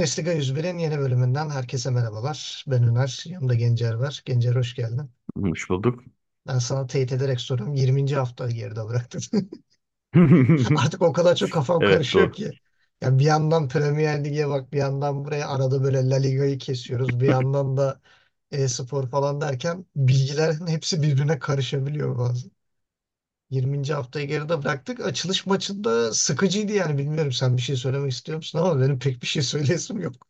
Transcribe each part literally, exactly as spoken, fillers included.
Bundesliga yüz birin yeni bölümünden herkese merhabalar. Ben Öner, yanımda Gencer var. Gencer hoş geldin. Hoş bulduk. Ben sana teyit ederek soruyorum. yirminci hafta geride bıraktın. Artık o kadar çok kafam Evet, karışıyor doğru. ki. Ya bir yandan Premier Lig'e bak, bir yandan buraya arada böyle La Liga'yı kesiyoruz. Bir yandan da e-spor falan derken bilgilerin hepsi birbirine karışabiliyor bazen. yirminci haftayı geride bıraktık. Açılış maçında sıkıcıydı yani, bilmiyorum sen bir şey söylemek istiyor musun ama benim pek bir şey söyleyesim yok.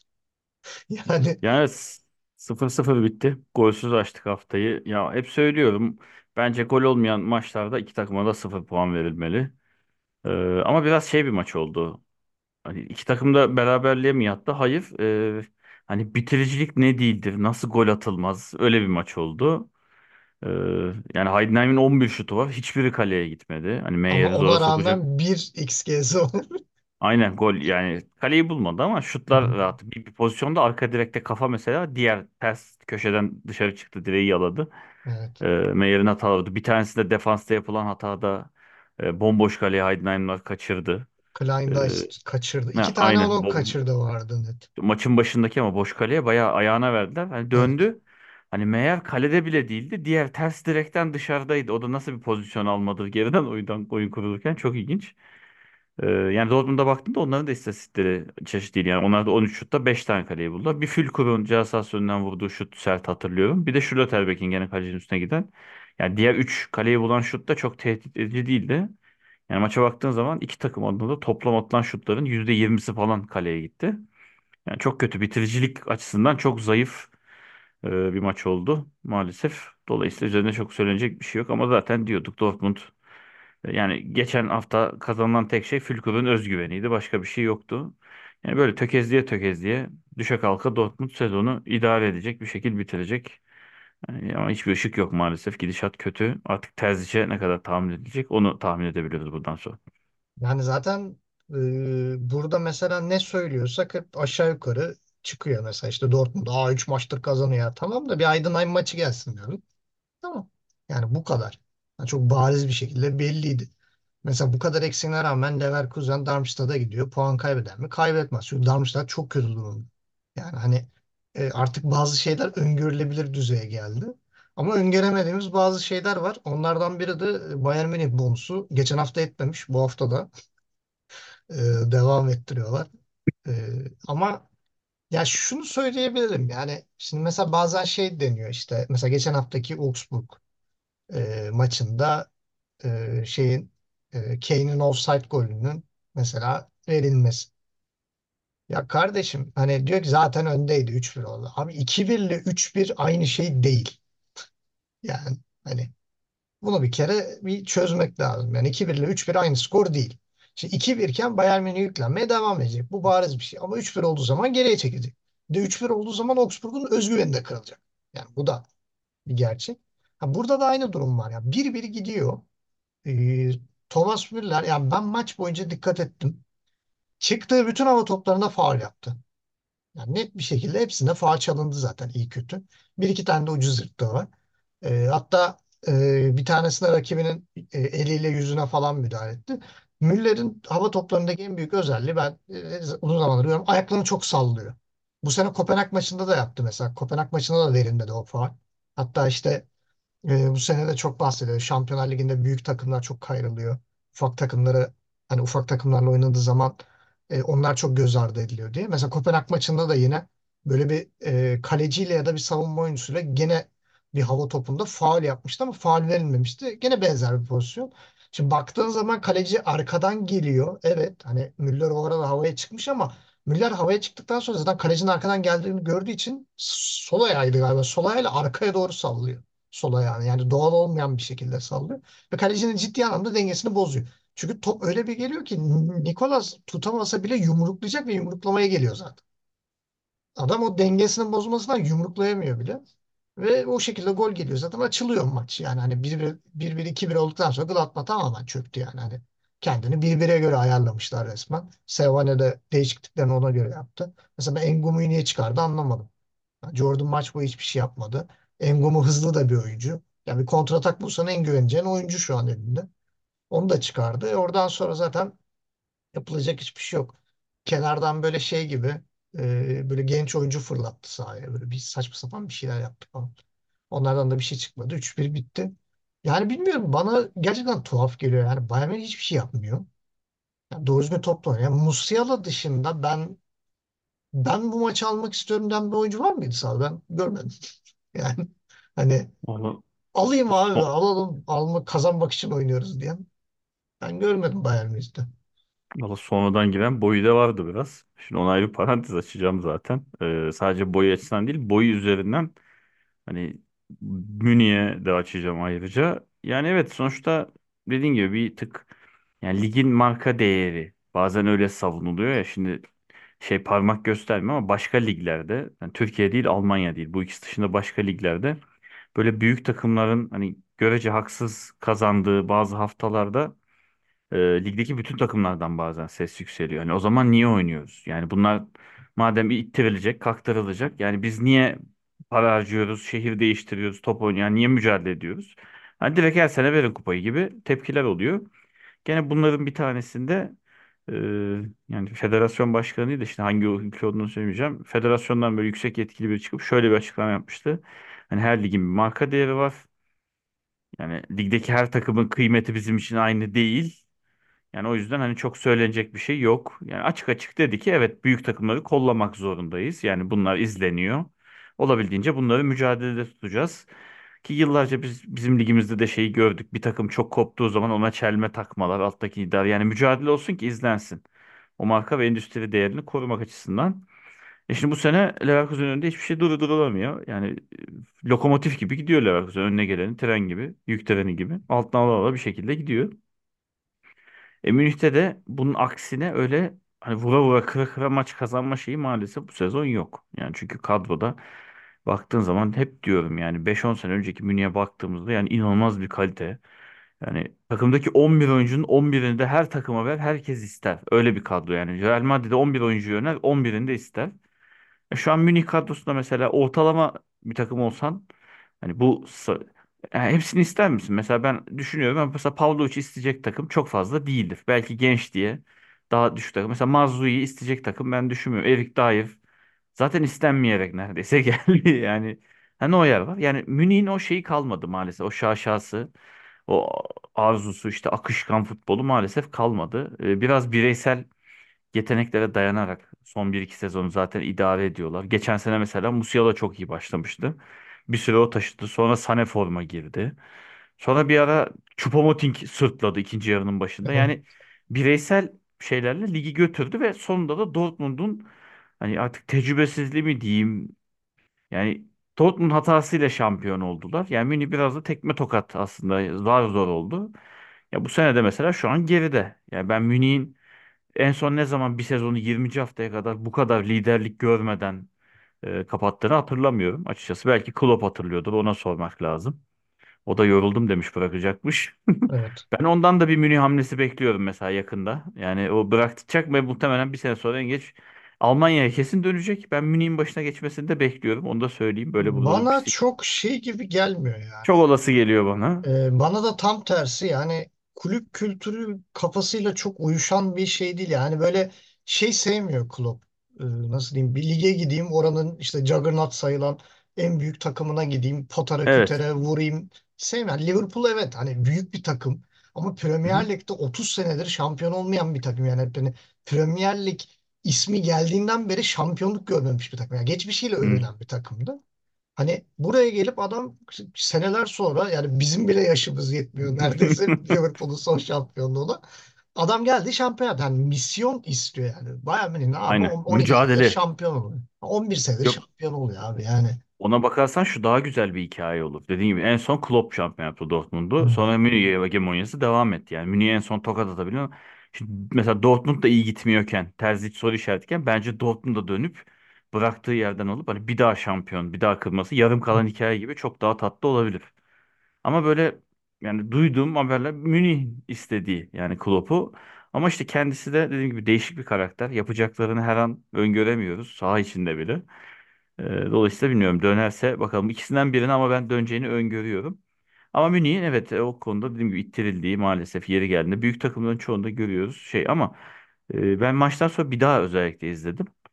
Yani Yani s- sıfır sıfır bitti. Golsüz açtık haftayı. Ya hep söylüyorum. Bence gol olmayan maçlarda iki takıma da sıfır puan verilmeli. Ee, ama biraz şey bir maç oldu. Hani iki takım da beraberliğe mi yattı? Hayır. Ee, hani bitiricilik ne değildir? Nasıl gol atılmaz? Öyle bir maç oldu. Ee, yani Heidenheim'in on bir şutu var. Hiçbiri kaleye gitmedi. Hani ama Meyer'i zora ona sokacak. rağmen bir X G'si var. Aynen gol yani kaleyi bulmadı ama şutlar rahat. Bir, bir pozisyonda arka direkte kafa mesela diğer ters köşeden dışarı çıktı, direği yaladı. Evet. E, Meyer'in hataları. Bir tanesi de defansta yapılan hatada e, bomboş kaleye Heidenheimler kaçırdı. E, Kleindienst kaçırdı. İki ha, tane aynen onun bom- kaçırdı vardı net. maçın başındaki ama boş kaleye bayağı ayağına verdiler. Hani Evet. döndü. Hani Meyer kalede bile değildi. Diğer ters direkten dışarıdaydı. O da nasıl bir pozisyon almadı geriden oyundan oyun kurulurken çok ilginç. Ee, yani Dortmund'a baktığımda onların da istatistikleri çeşit değil. Yani onlar da on üç şutta beş tane kaleyi buldular. Bir Fülkur'un ceza sahası önünden vurduğu şut sert hatırlıyorum. Bir de Schlotterbeck'in gene kalecinin üstüne giden. Yani diğer üç kaleyi bulan şut da çok tehdit edici değildi. Yani maça baktığın zaman iki takım adına da toplam atılan şutların yüzde yirmisi falan kaleye gitti. Yani çok kötü, bitiricilik açısından çok zayıf e, bir maç oldu maalesef. Dolayısıyla üzerine çok söylenecek bir şey yok ama zaten diyorduk Dortmund, yani geçen hafta kazanılan tek şey Fülkur'un özgüveniydi. Başka bir şey yoktu. Yani böyle tökezliye tökezliye düşe kalka Dortmund sezonu idare edecek bir şekilde bitirecek. Yani ama hiçbir ışık yok maalesef. Gidişat kötü. Artık Terzic'e ne kadar tahmin edilecek onu tahmin edebiliyoruz buradan sonra. Yani zaten e, burada mesela ne söylüyorsak hep aşağı yukarı çıkıyor. Mesela işte Dortmund aa üç maçtır kazanıyor. Tamam da bir Heidenheim maçı gelsin diyorum. Tamam. Yani bu kadar. Yani çok bariz bir şekilde belliydi. Mesela bu kadar eksiğine rağmen Leverkusen Darmstadt'a gidiyor. Puan kaybeder mi? Kaybetmez. Çünkü Darmstadt çok kötü durumda. Yani hani e, artık bazı şeyler öngörülebilir düzeye geldi. Ama öngöremediğimiz bazı şeyler var. Onlardan biri de e, Bayern Münih bonusu. Geçen hafta etmemiş. Bu hafta da e, devam ettiriyorlar. E, ama ya şunu söyleyebilirim. Yani şimdi mesela bazen şey deniyor işte. Mesela geçen haftaki Augsburg e, maçında e, şeyin e, Kane'in offside golünün mesela verilmesi. Ya kardeşim hani diyor ki zaten öndeydi üç bir oldu. Abi iki bir ile üç bir aynı şey değil. Yani hani bunu bir kere bir çözmek lazım. Yani iki bir ile üç bir aynı skor değil. Şimdi iki bir iken Bayern Münih yüklenmeye devam edecek. Bu bariz bir şey. Ama üç bir olduğu zaman geriye çekecek. Bir de üç bir olduğu zaman Augsburg'un özgüveni de kırılacak. Yani bu da bir gerçek. Ha, burada da aynı durum var. Ya bir bir gidiyor. Ee, Thomas Müller, yani ben maç boyunca dikkat ettim. Çıktığı bütün hava toplarında faul yaptı. Yani net bir şekilde hepsine faul çalındı zaten iyi kötü. Bir iki tane de ucuz yırttığı var. Ee, hatta e, bir tanesine rakibinin e, eliyle yüzüne falan müdahale etti. Müller'in hava toplarındaki en büyük özelliği, ben e, uzun zamandır diyorum, ayaklarını çok sallıyor. Bu sene Kopenhag maçında da yaptı mesela. Kopenhag maçında da verilmedi o faul. Hatta işte ee, bu sene de çok bahsediyor. Şampiyonlar Ligi'nde büyük takımlar çok kayrılıyor. Ufak takımları, hani ufak takımlarla oynadığı zaman e, onlar çok göz ardı ediliyor diye. Mesela Kopenhag maçında da yine böyle bir e, kaleciyle ya da bir savunma oyuncusuyla gene bir hava topunda faul yapmıştı ama faul verilmemişti. Gene benzer bir pozisyon. Şimdi baktığın zaman kaleci arkadan geliyor. Evet, hani Müller o arada havaya çıkmış ama Müller havaya çıktıktan sonra zaten kalecinin arkadan geldiğini gördüğü için sol ayağıydı galiba. Sol ayağıyla arkaya doğru sallıyor, sol ayağını. Yani doğal olmayan bir şekilde sallıyor. Ve kalecinin ciddi anlamda dengesini bozuyor. Çünkü top öyle bir geliyor ki Nikolas tutamasa bile yumruklayacak ve yumruklamaya geliyor zaten. Adam o dengesinin bozulmasından yumruklayamıyor bile. Ve o şekilde gol geliyor. Zaten açılıyor maç. Yani hani bir bir bir 1 iki bir olduktan sonra Gladbach tamamen çöktü yani. Hani kendini bir bire göre ayarlamışlar resmen. Sevane de değişikliklerini ona göre yaptı. Mesela ben Engumu'yu niye çıkardı anlamadım. Jordan maç boyu hiçbir şey yapmadı. Engomu hızlı da bir oyuncu. Yani bir kontratak bulsan en güveneceğin oyuncu şu an elinde. Onu da çıkardı. E oradan sonra zaten yapılacak hiçbir şey yok. Kenardan böyle şey gibi, e, böyle genç oyuncu fırlattı sahaya. Böyle bir saçma sapan bir şeyler yaptı falan. Onlardan da bir şey çıkmadı. üç bir bitti. Yani bilmiyorum, bana gerçekten tuhaf geliyor. Yani Bayern Münih hiçbir şey yapmıyor. Yani doğru düzgün topla oynuyor. Yani Musiala dışında ben ben bu maçı almak istiyorum diyen bir oyuncu var mıydı sahada? Ben görmedim. Yani hani Valla alayım abi, son, alalım, alma, kazanmak için oynuyoruz diyen ben görmedim Bayern Münih'te. valla sonradan giren boyu da vardı biraz. Şimdi ona ayrı parantez açacağım zaten. Ee, sadece boyu açısından değil, boyu üzerinden hani Münih'e de açacağım ayrıca. Yani evet, sonuçta dediğin gibi bir tık yani ligin marka değeri bazen öyle savunuluyor ya. Şimdi şey, parmak göstermiyor ama başka liglerde, yani Türkiye değil Almanya değil, bu ikisi dışında başka liglerde böyle büyük takımların hani görece haksız kazandığı bazı haftalarda e, ligdeki bütün takımlardan bazen ses yükseliyor. Yani o zaman niye oynuyoruz? Yani bunlar madem bir ittirilecek, kaktırılacak. Yani biz niye para harcıyoruz, şehir değiştiriyoruz, top oynuyor, yani niye mücadele ediyoruz? Hani direkt her sene verin kupayı gibi tepkiler oluyor. Gene bunların bir tanesinde e, yani federasyon başkanıydı, işte hangi ülke olduğunu söylemeyeceğim. Federasyondan böyle yüksek yetkili biri çıkıp şöyle bir açıklama yapmıştı. Hani her ligin bir marka değeri var. Yani ligdeki her takımın kıymeti bizim için aynı değil. Yani o yüzden hani çok söylenecek bir şey yok. Yani açık açık dedi ki evet, büyük takımları kollamak zorundayız. Yani bunlar izleniyor. Olabildiğince bunları mücadelede tutacağız. Ki yıllarca biz bizim ligimizde de şeyi gördük. Bir takım çok koptuğu zaman ona çelme takmalar, alttaki idare. Yani mücadele olsun ki izlensin. O marka ve endüstri değerini korumak açısından. E şimdi bu sene Leverkusen'in önünde hiçbir şey durdurulamıyor. Yani e, lokomotif gibi gidiyor Leverkusen. Önüne geleni tren gibi, yük treni gibi. Alttan ala ala bir şekilde gidiyor. E, Münih'te de bunun aksine öyle hani vura vura kıra kıra maç kazanma şeyi maalesef bu sezon yok. Yani çünkü kadroda baktığın zaman hep diyorum, yani beş on sene önceki Münih'e baktığımızda yani inanılmaz bir kalite. Yani takımdaki on bir oyuncunun on birini de her takıma ver, herkes ister. Öyle bir kadro yani. Real Madrid'de on bir oyuncu yöner, on birini de ister. E, Şu an Münih kadrosunda mesela ortalama bir takım olsan hani bu sa- yani hepsini ister misin? Mesela ben düşünüyorum ama mesela Pavlovic'i isteyecek takım çok fazla değildir. Belki genç diye daha düşük takım. Mesela Mazzui'yi isteyecek takım ben düşünmüyorum. Erik Dyer zaten istenmeyerek neredeyse geldi yani. Hani o yer var. Yani Münih'in o şeyi kalmadı maalesef. O şaşası, o arzusu, işte akışkan futbolu maalesef kalmadı. Ee, Biraz bireysel yeteneklere dayanarak son bir iki sezonu zaten idare ediyorlar. Geçen sene mesela Musiala çok iyi başlamıştı. Bir süre o taşıdı. Sonra Sané forma girdi. Sonra bir ara Choupo-Moting sırtladı ikinci yarının başında. Yani bireysel şeylerle ligi götürdü ve sonunda da Dortmund'un hani artık tecrübesizliği mi diyeyim, yani Dortmund hatasıyla şampiyon oldular. Yani Münih biraz da tekme tokat aslında zar zor oldu. Ya bu sene de mesela şu an geride. Yani ben Münih'in en son ne zaman bir sezonu yirminci haftaya kadar bu kadar liderlik görmeden e, kapattığını hatırlamıyorum açıkçası. Belki Klopp hatırlıyordur, ona sormak lazım. O da yoruldum demiş, bırakacakmış. Evet. Ben ondan da bir Münih hamlesi bekliyorum mesela yakında. Yani o bırakacak ve muhtemelen bir sene sonra en geç Almanya'ya kesin dönecek. Ben Münih'in başına geçmesini de bekliyorum. Onu da söyleyeyim. Böyle burada da bir Bana pislik. çok şey gibi gelmiyor yani. Çok olası geliyor bana. Ee, bana da tam tersi, yani kulüp kültürü kafasıyla çok uyuşan bir şey değil. Yani böyle şey sevmiyor Klopp. Ee, nasıl diyeyim, bir lige gideyim, oranın işte Juggernaut sayılan en büyük takımına gideyim, potara Evet. kütere vurayım sevmiyor. Yani Liverpool evet hani büyük bir takım ama Hı Premier hı. Lig'de otuz senedir şampiyon olmayan bir takım. Yani hep hani Premier Lig ismi geldiğinden beri şampiyonluk görmemiş bir takım. Yani geçmişiyle Hı. övünen bir takımdı. Hani buraya gelip adam seneler sonra, yani bizim bile yaşımız yetmiyor neredeyse Liverpool'un son şampiyonluğuna. Adam geldi şampiyon yaptı. Yani misyon istiyor yani. Bayern Münih ne abi? Aynen. On- 12 senedir Mücadele. şampiyon oluyor. on bir senedir Yok. şampiyon oluyor abi yani. Ona bakarsan şu daha güzel bir hikaye olur. Dediğim gibi en son Klopp şampiyon yaptı Dortmund'u. Hı. Sonra Münih hegemonyası devam etti. Yani Münih'e en son tokat atabiliyor. Şimdi mesela Dortmund da iyi gitmiyorken, Terzic soru işaretken bence Dortmund'a dönüp bıraktığı yerden alıp hani bir daha şampiyon, bir daha kırması yarım kalan hikaye gibi çok daha tatlı olabilir. Ama böyle yani duyduğum haberler Münih istediği yani Klopp'u. Ama işte kendisi de dediğim gibi değişik bir karakter. Yapacaklarını her an öngöremiyoruz. Saha içinde bile. Ee, dolayısıyla bilmiyorum, dönerse bakalım ikisinden birini, ama ben döneceğini öngörüyorum. Ama Münih'in evet e, o konuda dediğim gibi ittirildiği maalesef yeri geldiğinde büyük takımların çoğunda görüyoruz şey, ama e, ben maçtan sonra bir daha özellikle izledim.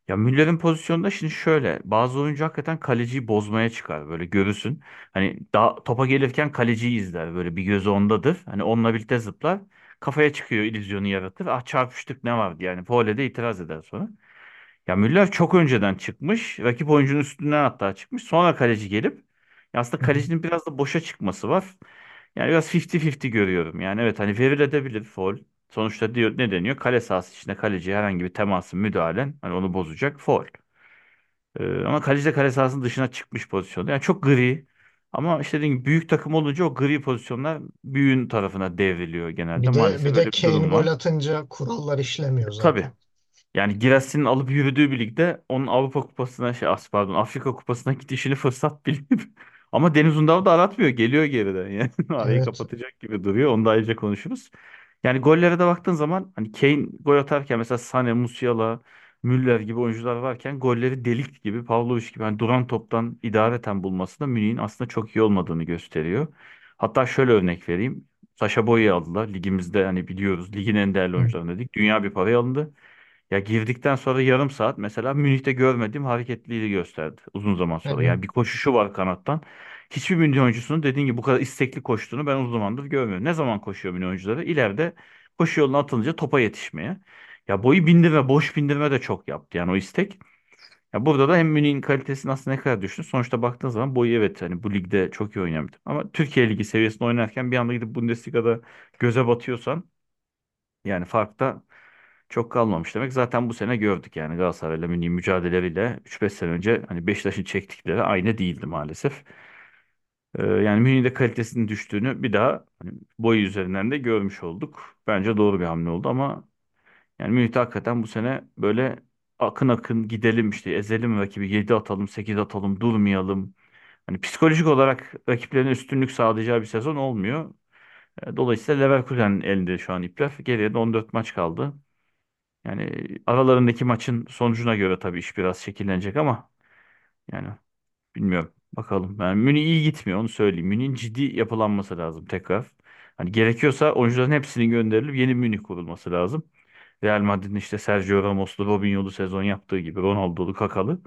Ya Müller'in pozisyonunda şimdi şöyle, bazı oyuncu hakikaten kaleciyi bozmaya çıkar, böyle görürsün. Hani daha topa gelirken kaleciyi izler, böyle bir gözü ondadır. Hani onunla birlikte zıplar, kafaya çıkıyor, illüzyonu yaratır. Ah, çarpıştık ne vardı yani, faule de itiraz eder sonra. Ya Müller çok önceden çıkmış, rakip oyuncunun üstünden hatta çıkmış, sonra kaleci gelip, ya aslında Hı hı. kalecinin biraz da boşa çıkması var. Yani biraz elli elli görüyorum. Yani evet, hani verilebilir faul. Sonuçta diyor, ne deniyor? Kale sahası içinde kaleciye herhangi bir temasın, müdahalen hani onu bozacak faul. Ee, ama kaleci de kale sahasının dışına çıkmış pozisyonda. Yani çok gri. Ama işte dediğim gibi, büyük takım olunca o gri pozisyonlar büyüğün tarafına devriliyor genelde. Bir de bir Maalesef de öyle bir Kane durum gol var. atınca kurallar işlemiyor Tabii. zaten. Yani Girassi'nin alıp yürüdüğü bir ligde onun Avrupa Kupası'na şey as pardon Afrika Kupası'na gidişini fırsat bilip ama Deniz Ündav da aratmıyor. Geliyor geriden. Yani arayı Evet. kapatacak gibi duruyor. Onu da ayrıca konuşuruz. Yani gollere de baktığın zaman, hani Kane gol atarken mesela Sané, Musiala, Müller gibi oyuncular varken, golleri Delik gibi, Pavlovic gibi hani duran toptan idareten bulması da Münih'in aslında çok iyi olmadığını gösteriyor. Hatta şöyle örnek vereyim. Sacha Boey'i aldılar. Ligimizde hani biliyoruz, ligin en değerli Hı. oyuncularından dedik. Dünya bir paraya alındı. Ya girdikten sonra yarım saat mesela Münih'te görmediğim hareketliliği gösterdi uzun zaman Hı sonra. hı. Yani bir koşuşu var kanattan. Hiçbir Münih oyuncusunun dediğin gibi bu kadar istekli koştuğunu ben uzun zamandır görmüyorum. Ne zaman koşuyor Münih oyuncuları? İleride koşu yoluna atılınca topa yetişmeye. Ya boyu bindirme, boş bindirme de çok yaptı yani o istek. Ya burada da hem Münih'in kalitesini aslında ne kadar düştü. Sonuçta baktığın zaman boyu, evet hani bu ligde çok iyi oynayan bir takım. Ama Türkiye Ligi seviyesinde oynarken bir anda gidip Bundesliga'da göze batıyorsan, yani farkta çok kalmamış demek. Zaten bu sene gördük yani, Galatasaray'la Münih'in mücadeleleriyle üç beş sene önce hani Beşiktaş'ın çektikleri aynı değildi maalesef. Ee, yani Münih'in de kalitesinin düştüğünü bir daha hani boyu üzerinden de görmüş olduk. Bence doğru bir hamle oldu ama yani Münih'te hakikaten bu sene böyle akın akın gidelim, işte ezelim rakibi, yedi atalım, sekiz atalım, durmayalım. Hani psikolojik olarak rakiplerine üstünlük sağlayacağı bir sezon olmuyor. E, Dolayısıyla Leverkusen elinde şu an ipler. Geriye de on dört maç kaldı. Yani aralarındaki maçın sonucuna göre tabii iş biraz şekillenecek ama yani bilmiyorum. Bakalım. Yani Münih iyi gitmiyor, onu söyleyeyim. Münih'in ciddi yapılanması lazım tekrar. Hani gerekiyorsa oyuncuların hepsinin gönderilip yeni Münih kurulması lazım. Real Madrid'in işte Sergio Ramos'lu, Robinho'lu sezon yaptığı gibi, Ronaldo'lu, Kakalı.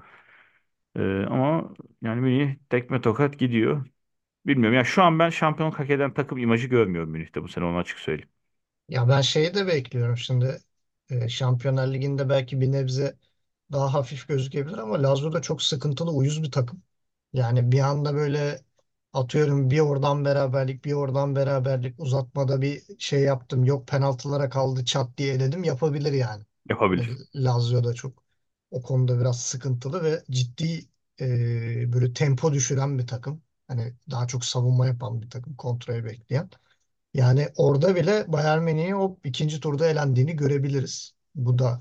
Ee, ama yani Münih tekme tokat gidiyor. Bilmiyorum. Ya şu an ben şampiyonluk hak eden takım imajı görmüyorum Münih'te bu sene, onu açık söyleyeyim. Ya ben şeyi de bekliyorum şimdi. E, Şampiyonlar Ligi'nde belki bir nebze daha hafif gözükebilir ama Lazio da çok sıkıntılı, uyuz bir takım. Yani bir anda böyle atıyorum bir oradan beraberlik, bir oradan beraberlik, uzatmada bir şey yaptım. Yok penaltılara kaldı, çat diye eledim, yapabilir yani. E, Yapabilir. Lazio da çok o konuda biraz sıkıntılı ve ciddi e, böyle tempo düşüren bir takım. Hani daha çok savunma yapan bir takım, kontrayı bekleyen. Yani orada bile Bayern Münih'in o ikinci turda elendiğini görebiliriz. Bu da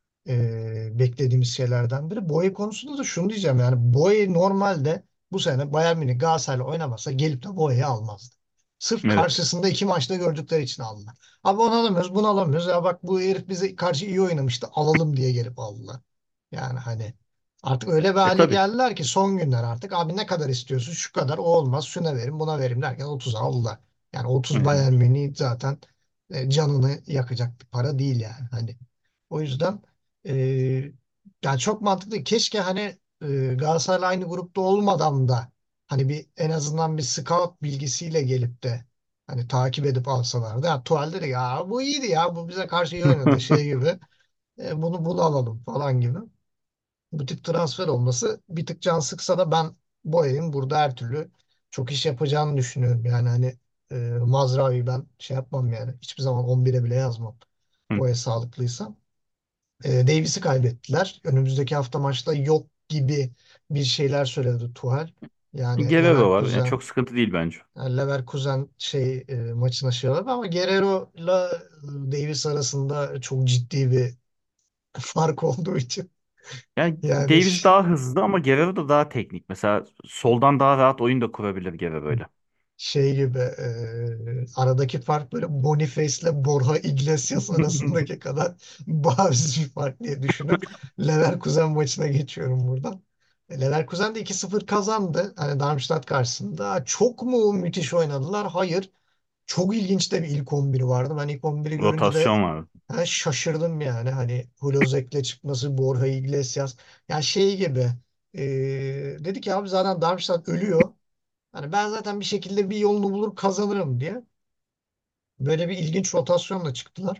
e, beklediğimiz şeylerden biri. Boye konusunda da şunu diyeceğim, yani Boye normalde bu sene Bayern Münih Galatasaray'la oynamasa gelip de Boye'yi almazdı. Sırf Evet. karşısında iki maçta gördükleri için aldılar. Abi onu alamıyoruz, bunu alamıyoruz. Ya bak bu herif bize karşı iyi oynamıştı, alalım diye gelip aldılar. Yani hani artık öyle bir E hale tabii. geldiler ki son günler artık abi ne kadar istiyorsun, şu kadar, o olmaz, şuna verin, buna verin derken otuza aldılar. Yani otuz Evet. Bayern Münih zaten e, canını yakacak bir para değil yani. Hani o yüzden e, yani çok mantıklı. Keşke hani e, Galatasaray'la aynı grupta olmadan da hani bir en azından bir scout bilgisiyle gelip de hani takip edip alsalardı. Ya Tuval dedi ya bu iyiydi ya, bu bize karşı iyi oynadı şey gibi. E, bunu bunu alalım falan gibi. Bu tip transfer olması bir tık can sıksa da ben Boya'nın burada her türlü çok iş yapacağını düşünüyorum. Yani hani e, Mazraoui ben şey yapmam yani. Hiçbir zaman on bire bile yazmam. Hı. Boya sağlıklıysa. E, Davis'i kaybettiler. Önümüzdeki hafta maçta yok gibi bir şeyler söyledi Tuchel. Yani Guerrero var. Yani Leverkusen çok sıkıntı değil bence. yani Leverkusen şey e, maçına şey alır ama Guerrero'la e, Davis arasında çok ciddi bir fark olduğu için Yani yani Davies ş- daha hızlı ama Guerrero da daha teknik. Mesela soldan daha rahat oyun da kurabilir Guerrero'yla. şey gibi e, aradaki fark böyle Boniface ile Borja Iglesias arasındaki kadar bariz bir fark diye düşünün. Leverkusen maçına geçiyorum buradan. E, Leverkusen de iki sıfır kazandı. Hani Darmstadt karşısında. Çok mu müthiş oynadılar? Hayır. çok ilginç de bir ilk on bir vardı. Ben ilk on biri görünce de Rotasyon var. ha, şaşırdım yani. Hani Hulozek'le çıkması, Borja Iglesias. Yani şey gibi e, dedi ki abi zaten Darmstadt ölüyor. Hani ben zaten bir şekilde bir yolunu bulur kazanırım diye. Böyle bir ilginç rotasyonla çıktılar.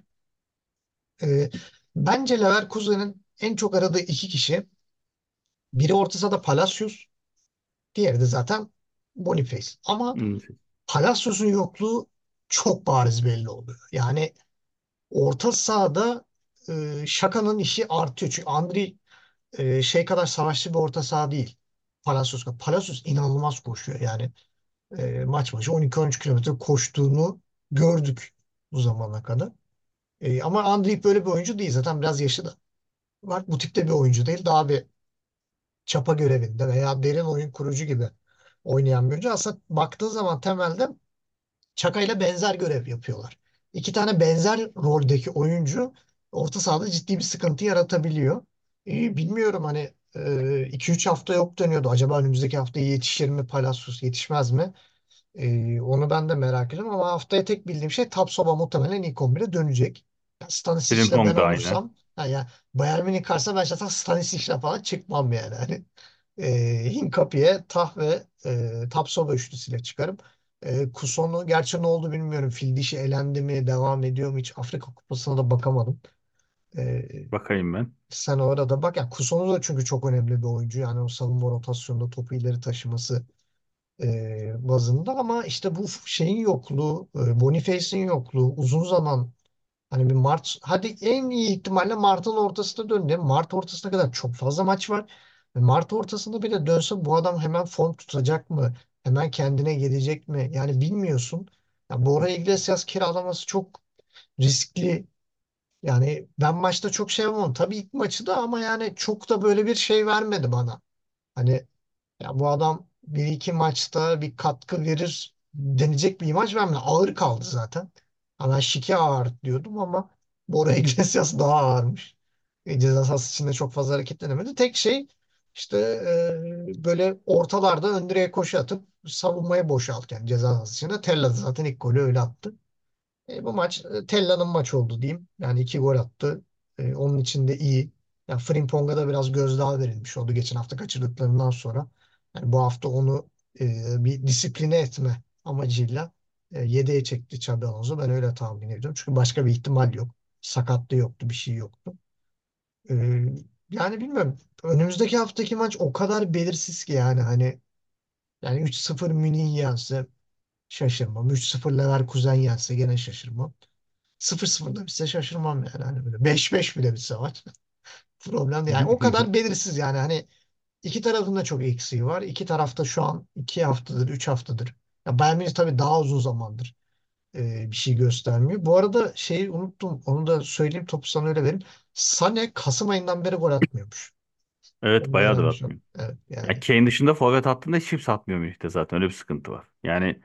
E, Bence Leverkusen'in en çok aradığı iki kişi. Biri orta sahada Palacios. Diğeri de zaten Boniface. Ama Hmm. Palacios'un yokluğu çok bariz belli oluyor. Yani orta sahada e, Şaka'nın işi artıyor. Çünkü Andri e, şey kadar savaşçı bir orta saha değil. Palacios kadar. Palacios inanılmaz koşuyor. Yani e, maç başı on iki on üç kilometre koştuğunu gördük bu zamana kadar. E, ama Andri böyle bir oyuncu değil. Zaten biraz yaşı da var. Bu tipte bir oyuncu değil. Daha bir çapa görevinde veya derin oyun kurucu gibi oynayan bir oyuncu. Aslında baktığın zaman temelde Çaka ile benzer görev yapıyorlar. İki tane benzer roldeki oyuncu orta sahada ciddi bir sıkıntı yaratabiliyor. Ee, bilmiyorum hani iki üç hafta yok deniyordu. Acaba önümüzdeki hafta yetişir mi Palacios yetişmez mi? Ee, onu ben de merak ediyorum ama haftaya tek bildiğim şey Tapsoba muhtemelen ilk on bire dönecek. Yani Stanisic'le ben Frimpong da aynı. olursam ha yani Bayern Münih karşısında ben zaten Stanisic'le falan çıkmam yani. Hani e, Hincapié, Tah ve e, Tapsoba üçlüsüyle çıkarım. E, Kuson'u gerçi ne oldu bilmiyorum. Fil dişi elendi mi, devam ediyor mu hiç Afrika Kupası'na da bakamadım. E, Bakayım ben. Sen orada bak. Yani Kuson'u da çünkü çok önemli bir oyuncu. Yani o savunma rotasyonunda topu ileri taşıması e, bazında ama işte bu şeyin yokluğu, e, Boniface'in yokluğu uzun zaman hani bir Mart hadi en iyi ihtimalle Mart'ın ortasında döndü. Mart ortasına kadar çok fazla maç var. Ve Mart ortasında bile dönse bu adam hemen form tutacak mı? Hemen kendine gelecek mi? Yani bilmiyorsun. Ya Borja Iglesias kiralaması çok riskli. Yani ben maçta çok şey yapamam. Tabii ilk maçı da ama yani çok da böyle bir şey vermedi bana. Hani ya bu adam bir iki maçta bir katkı verir denecek bir imaj vermedi. Ağır kaldı zaten. Ha ben Şike ağır diyordum ama Bora Iglesias daha ağırmış. E, ceza sahası içinde çok fazla hareketlenemedi. Tek şey işte e, böyle ortalarda ön direğe koşu atıp savunmayı boşaltken ceza sahası içinde. Tella da zaten ilk golü öyle attı. E, bu maç e, Tella'nın maç oldu diyeyim. Yani iki gol attı. E, onun için de iyi. Yani Frimpong'a da biraz gözdağı verilmiş oldu geçen hafta kaçırdıklarından sonra. Yani bu hafta onu e, bir disipline etme amacıyla e, yedeğe çekti Xabi Alonso. Ben öyle tahmin ediyorum. Çünkü başka bir ihtimal yok. Sakatlığı yoktu, bir şey yoktu. E, Yani bilmiyorum. Önümüzdeki haftaki maç o kadar belirsiz ki yani hani yani üç sıfır Münih yense şaşırmam. üç sıfır Leverkusen yense gene şaşırmam. sıfır sıfır da bitse şaşırmam yani. Hani böyle beş beş bile bitse maç. Problem değil. Yani o kadar belirsiz yani. Hani iki tarafın da çok eksiği var. İki tarafta şu an iki haftadır, üç haftadır. Ya Bayern Münih tabii daha uzun zamandır e, bir şey göstermiyor. Bu arada şeyi unuttum. Onu da söyleyeyim. Topu sana öyle vereyim. Sané Kasım ayından beri gol atmıyormuş. Evet, Onu bayağıdır öğrenmişim. atmıyor. Evet Ya yani. Kane dışında forvet hattında hiç kimse atmıyor Münih'te zaten. Öyle bir sıkıntı var. Yani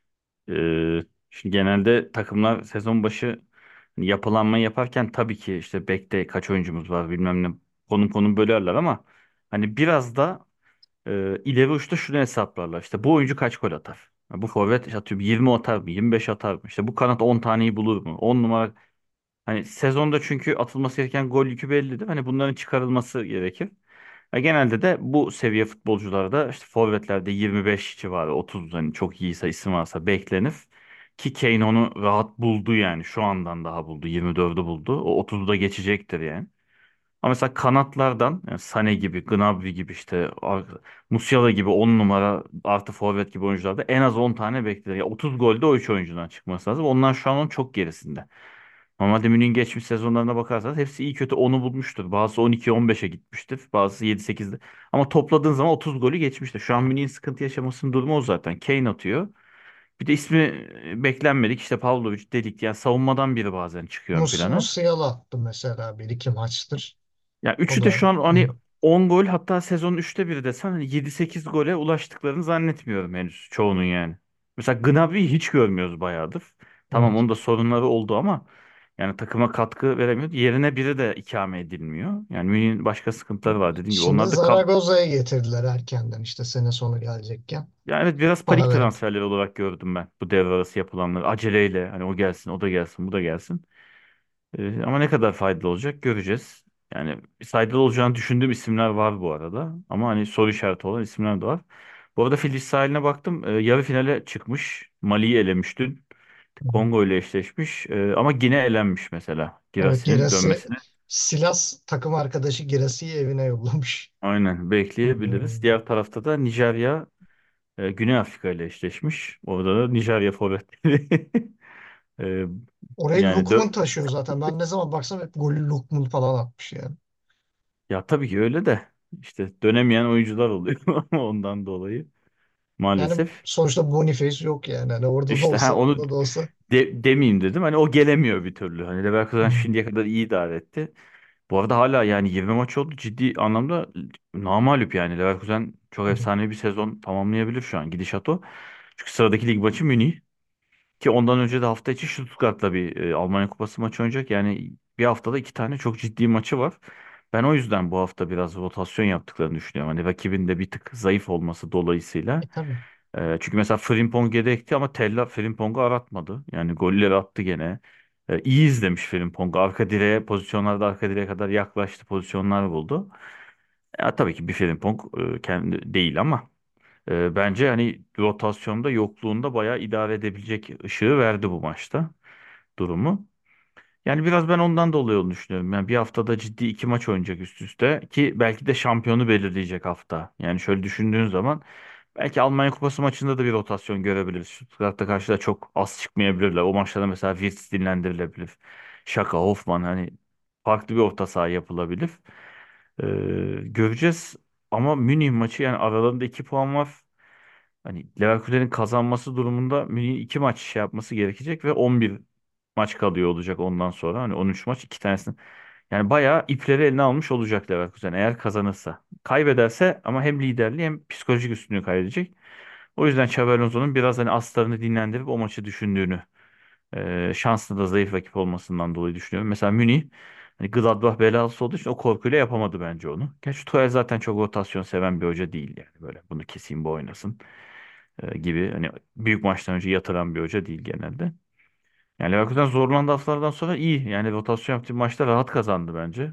e, şimdi genelde takımlar sezon başı hani yapılanma yaparken tabii ki işte bekte kaç oyuncumuz var bilmem ne konum konum bölerler ama hani biraz da e, ileri uçta şunu hesaplarlar. İşte bu oyuncu kaç gol atar? Ya bu forvet işte atıyorum yirmi atar mı? yirmi beş atar mı? İşte bu kanat on taneyi bulur mu? on numara hani sezonda çünkü atılması gereken gol yükü bellidir. Hani bunların çıkarılması gerekir. Ya genelde de bu seviye futbolcularda işte forvetlerde yirmi beş civarı otuz hani çok iyiyse isim varsa beklenir. Ki Kane onu rahat buldu yani şu andan daha buldu yirmi dördü buldu. O otuzu da geçecektir yani. Ama mesela kanatlardan yani Sané gibi, Gnabry gibi işte ar- Musiala gibi on numara artı forvet gibi oyuncularda en az on tane beklenir. Ya otuz golde o üç oyuncudan çıkması lazım. Onlar şu an onun çok gerisinde. Normalde Münih'in geçmiş sezonlarına bakarsanız hepsi iyi kötü onu bulmuştur. Bazısı on iki on beşe gitmiştir. Bazısı yedi sekizde. Ama topladığın zaman otuz golü geçmiştir. Şu an Münih'in sıkıntı yaşamasının durumu o zaten. Kane atıyor. Bir de ismi e, beklenmedik işte Pavlovic dedik. Yani savunmadan biri bazen çıkıyor ön Mus plana. Musiala attı mesela bir iki maçtır. Ya O üçü de da şu an hı, hani on gol hatta sezonun üçte biri desen hani yedi sekiz gole ulaştıklarını zannetmiyorum henüz çoğunun yani. Mesela Gnabry'i hiç görmüyoruz bayağıdır. Tamam evet. onun da sorunları oldu ama Yani takıma katkı veremiyor. Yerine biri de ikame edilmiyor. Yani Münih'in başka sıkıntıları var dediğim gibi. Şimdi Onlar da kad Zaragoza'ya getirdiler erkenden işte sene sonu gelecekken. yani evet biraz Para panik verip. transferler olarak gördüm ben bu devre arası yapılanları. Aceleyle hani o gelsin, o da gelsin, bu da gelsin. Ee, ama ne kadar faydalı olacak göreceğiz. Yani faydalı olacağını düşündüğüm isimler var bu arada. Ama hani soru işareti olan isimler de var. Bu arada Filiz sahiline baktım. Ee, yarı finale çıkmış. Mali'yi elemiş dün. Kongo ile eşleşmiş. Ee, ama yine elenmiş mesela. Evet, Girasi'nin Girasi dönmesini Silas takım arkadaşı Girasi'yi evine yollamış. aynen bekleyebiliriz. Hmm. Diğer tarafta da Nijerya e, Güney Afrika ile eşleşmiş. Orada da Nijerya forvetleri e, Orayı yani Lukman dö- taşıyor zaten. Ben ne zaman baksam hep golü Lukman falan atmış yani. ya tabii ki öyle de işte dönemeyen oyuncular oluyor ondan dolayı Yani maalesef. sonuçta Boniface yok yani. Hani orada da İşte ha olsa onu burada da olsa. de, demeyeyim dedim. Hani o gelemiyor bir türlü. Hani Leverkusen Hmm. şimdiye kadar iyi idare etti. Bu arada hala yani yirmi maç oldu. Ciddi anlamda namağlup yani. Leverkusen çok Tabii. efsane bir sezon tamamlayabilir şu an. Gidişat o. Çünkü sıradaki lig maçı Münih. Ki ondan önce de hafta içi Stuttgart'la bir e, Almanya Kupası maçı oynayacak. Yani bir haftada iki tane çok ciddi maçı var. Ben o yüzden bu hafta biraz rotasyon yaptıklarını düşünüyorum. Hani rakibin de bir tık zayıf olması dolayısıyla. E tabii. E, çünkü mesela Frimpong yedekti ama Tella Frimpong'u aratmadı. Yani golleri attı gene. E, iyi izlemiş Frimpong. Arka direğe pozisyonlarda arka direğe kadar yaklaştı. Pozisyonlar buldu. Ya, tabii ki bir Frimpong e, kendi değil ama e, bence hani rotasyonda yokluğunda bayağı idare edebilecek ışığı verdi bu maçta durumu. Yani biraz ben ondan dolayı olduğunu düşünüyorum. Yani bir haftada ciddi iki maç oynayacak üst üste ki belki de şampiyonu belirleyecek hafta. Yani şöyle düşündüğün zaman belki Almanya Kupası maçında da bir rotasyon görebiliriz. Stuttgart'ta karşıda çok az çıkmayabilirler. O maçlarda mesela Wirtz dinlendirilebilir. Şaka, Hoffman hani farklı bir orta saha yapılabilir. Ee, göreceğiz. Ama Münih maçı yani aralarında iki puan var. Hani Leverkusen'in kazanması durumunda Münih'in iki maç şey yapması gerekecek ve on bir maç kalıyor olacak ondan sonra. Hani on üç maç iki tanesini. Yani bayağı ipleri eline almış olacak Leverkusen eğer kazanırsa. Kaybederse ama hem liderliği hem psikolojik üstünlüğü kaybedecek. O yüzden Xabi Alonso'nun biraz hani aslarını dinlendirip o maçı düşündüğünü, e, şanslı da zayıf rakip olmasından dolayı düşünüyorum. Mesela Münih hani Gladbach belası olduğu için o korkuyla yapamadı bence onu. Gerçi Tuchel zaten çok rotasyon seven bir hoca değil yani böyle bunu keseyim bu oynasın e, gibi hani büyük maçtan önce yatıran bir hoca değil genelde. Yani Leverkusen zorlandığı haftalardan sonra iyi. Yani rotasyon yaptığı maçta rahat kazandı bence.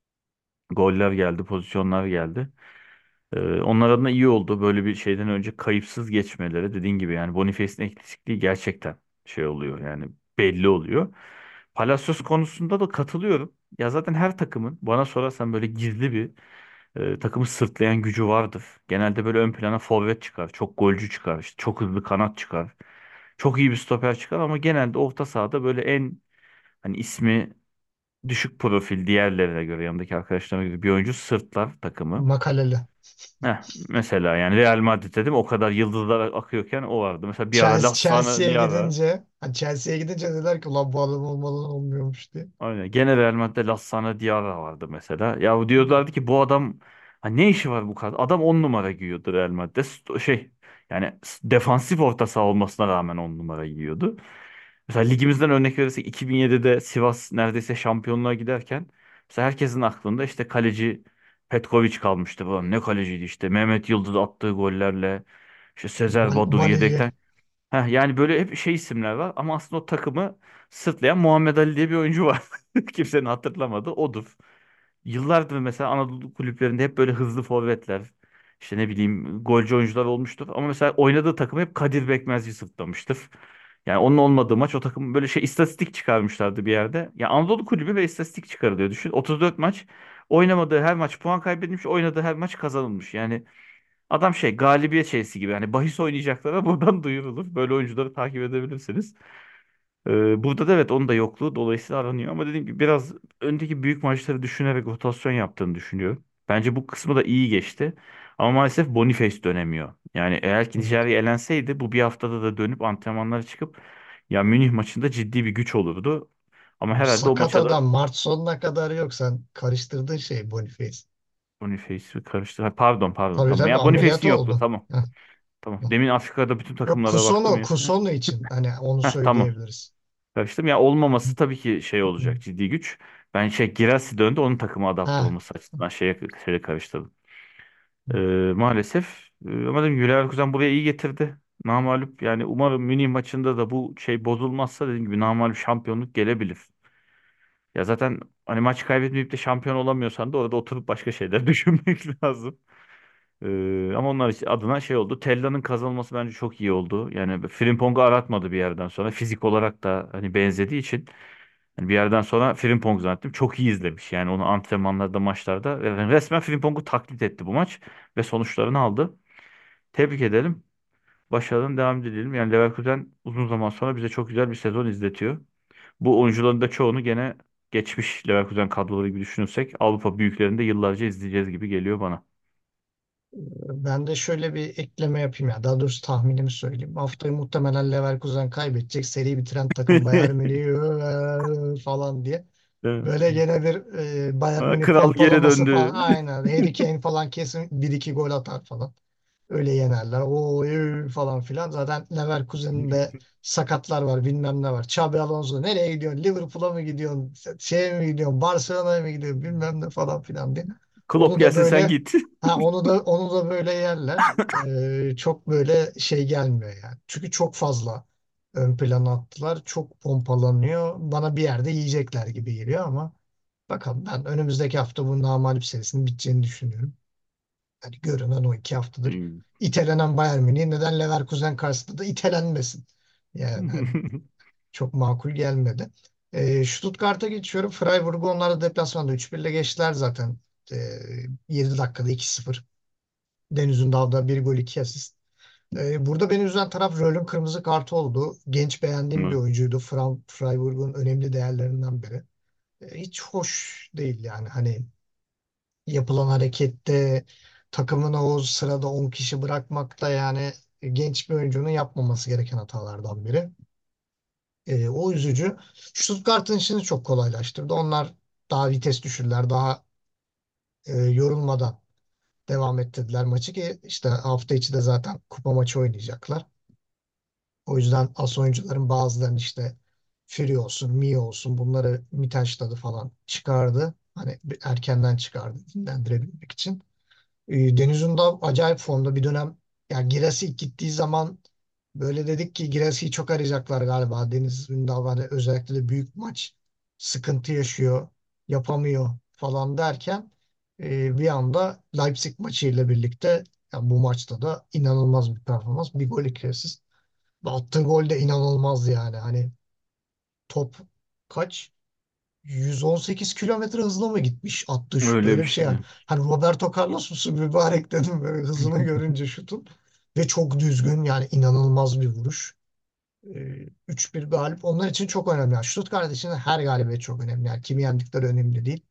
Goller geldi, pozisyonlar geldi. Ee, onlar adına iyi oldu. Böyle bir şeyden önce kayıpsız geçmeleri dediğin gibi yani Boniface'in eksikliği gerçekten şey oluyor yani belli oluyor. Palacios konusunda da katılıyorum. Ya zaten her takımın bana sorarsan böyle gizli bir e, takımı sırtlayan gücü vardır. Genelde böyle ön plana forvet çıkar, çok golcü çıkar, işte çok hızlı kanat çıkar. Çok iyi bir stoper çıkar ama genelde orta sahada böyle en hani ismi düşük profil diğerlerine göre yanındaki arkadaşlarına göre bir oyuncu sırtlar takımı. Makaleli. Heh, mesela yani Real Madrid dedim o kadar yıldızlar akıyorken o vardı. Mesela bir ara Chelsea, Lassana Chelsea'ye Diarra. gidince ha, Chelsea'ye gidince dediler ki ulan bu adam olmadan olmuyormuş diye. Aynen. Gene Real Madrid'de Lassana Diarra vardı mesela. Ya diyorlardı ki bu adam ha, ne işi var bu kadar? Adam on numara giyiyordu Real Madrid'de. Sto- Şey yani s- defansif orta saha olmasına rağmen on numara giyiyordu. Mesela ligimizden örnek verirsek iki bin yedide Sivas neredeyse şampiyonluğa giderken mesela herkesin aklında işte kaleci Petkovic kalmıştı. Ulan ne kaleciydi işte. Mehmet Yıldız attığı gollerle işte Sezer Val- Badur Valilli. yedekten. Heh, yani böyle hep şey isimler var ama aslında o takımı sırtlayan Muhammed Ali diye bir oyuncu var. Kimsenin hatırlamadığı odur. Yıllardır mesela Anadolu kulüplerinde hep böyle hızlı forvetler, işte ne bileyim golcü oyuncular olmuştur. Ama mesela oynadığı takım hep Kadir Bekmezci sırtlamıştır. Yani onun olmadığı maç o takım böyle şey istatistik çıkarmışlardı bir yerde. Ya Anadolu kulübü ve istatistik çıkarılıyor düşün. otuz dört maç oynamadığı her maç puan kaybetmiş, oynadığı her maç kazanılmış. Yani adam şey galibiyet şeysi gibi. Yani bahis oynayacaklara buradan duyurulur. Böyle oyuncuları takip edebilirsiniz. Ee, burada da evet onun da yokluğu dolayısıyla aranıyor. Ama dediğim gibi biraz öndeki büyük maçları düşünerek rotasyon yaptığını düşünüyorum. Bence bu kısmı da iyi geçti. Ama maalesef Boniface dönemiyor. Yani eğer ki Evet. Nijerya elenseydi bu bir haftada da dönüp antrenmanlara çıkıp ya Münih maçında ciddi bir güç olurdu. Ama Bu herhalde o sakat maça da adam Mart sonuna kadar yok. Sen karıştırdığın şey Boniface. Boniface'i karıştı. Ha, pardon pardon Tabii tamam. tabii Ya ameliyat Boniface'in yoktu oldu. tamam. Heh. Tamam. Demin Afrika'da bütün Yok takımlara baktım Kusono, ya. Kusono için hani onu Heh, tamam. söyleyebiliriz. karıştım. Ya olmaması tabii ki şey olacak, ciddi güç. Ben şey Girassi döndü, onun takıma adapte Ha. olması açısından şeye, şeye karıştırdım. Ee, maalesef. Ee, ama dedim Leverkusen buraya iyi getirdi. Namağlup yani, umarım Münih maçında da bu şey bozulmazsa dediğim gibi namağlup şampiyonluk gelebilir. Ya zaten hani maç kaybetmeyip de şampiyon olamıyorsan da orada oturup başka şeyler düşünmek lazım. Ee, ama onlar için adına şey oldu. Tella'nın kazanması bence çok iyi oldu. Yani Frimpong'u aratmadı bir yerden sonra. Fizik olarak da hani benzediği için hani bir yerden sonra Frimpong zannettim. Çok iyi izlemiş. Yani onu antrenmanlarda, maçlarda yani resmen Frimpong'u taklit etti bu maç ve sonuçlarını aldı. Tebrik edelim. Başarıların devam edelim. Yani Leverkusen uzun zaman sonra bize çok güzel bir sezon izletiyor. Bu oyuncuların da çoğunu gene geçmiş Leverkusen kadroları gibi düşünürsek Avrupa büyüklerinde yıllarca izleyeceğiz gibi geliyor bana. Ben de şöyle bir ekleme yapayım ya. Daha doğrusu tahminimi söyleyeyim. Haftayı muhtemelen Leverkusen kaybedecek. Seri bitiren takım Bayern Münih "Eee" falan diye. Değil mi? Böyle gene bir e, Bayern Ha, Münih kral geri tempolaması falan. döndü. Aynen. Harry Kane falan kesin bir iki gol atar falan. Öyle yenerler. O falan filan. Zaten Leverkusen'in de sakatlar var, bilmem ne var. Xabi Alonso nereye gidiyorsun? Liverpool'a mı gidiyorsun? Şeye mi gidiyorsun? Barcelona'ya mı gidiyorsun? Bilmem ne falan filan diye. Klopp Onu da gelsin sen böyle git. ha onu da onu da böyle yerler. Ee, çok böyle şey gelmiyor yani. Çünkü çok fazla ön plana attılar. Çok pompalanıyor. Bana bir yerde yiyecekler gibi geliyor ama bakalım, ben önümüzdeki hafta bu namağlup serisinin biteceğini düşünüyorum. Yani görünen o iki haftadır Hmm. itelenen Bayern Münih neden Leverkusen karşısında da itelenmesin? Yani hani çok makul gelmedi. E, Stuttgart'a geçiyorum. Freiburg'u onlar da deplasmanda üç bir ile geçtiler zaten. E, yedi dakikada iki sıfır. Deniz Ünal'da bir gol iki asist. E, burada beni üzen taraf Röhl'ün kırmızı kartı oldu. Genç beğendiğim bir Evet. oyuncuydu. Fra- Freiburg'un önemli değerlerinden biri. E, hiç hoş değil yani. Hani yapılan harekette takımını o sırada on kişi bırakmak da yani genç bir oyuncunun yapmaması gereken hatalardan biri. E, o üzücü. Stuttgart'ın işini çok kolaylaştırdı. Onlar daha vites düşürdüler. Daha e, yorulmadan devam ettirdiler maçı ki işte hafta içi de zaten kupa maçı oynayacaklar. O yüzden as oyuncuların bazılarını işte Fury olsun, Mio olsun bunları Mittelstadt'ı falan çıkardı. Hani bir erkenden çıkardı dinlendirebilmek için. E, Deniz Ündav acayip formda bir dönem. Yani Girasi ilk gittiği zaman böyle dedik ki Girasi'yi çok arayacaklar galiba. Deniz Ündav hani özellikle de büyük maç sıkıntı yaşıyor, yapamıyor falan derken e, bir anda Leipzig maçıyla birlikte yani bu maçta da inanılmaz bir performans. Bir gol iki asist. Attığı gol de inanılmaz yani. Hani top kaç? yüz on sekiz kilometre hızla mı gitmiş attığı şut, Öyle öyle bir bir şey şey. yani. Hani Roberto Carlos musun mübarek dedim böyle hızını görünce şutun. Ve çok düzgün yani, inanılmaz bir vuruş. Ee, üç bir galip onlar için çok önemli. Yani Stuttgart için her galibiyet çok önemli. Yani kimi yendikleri önemli değil.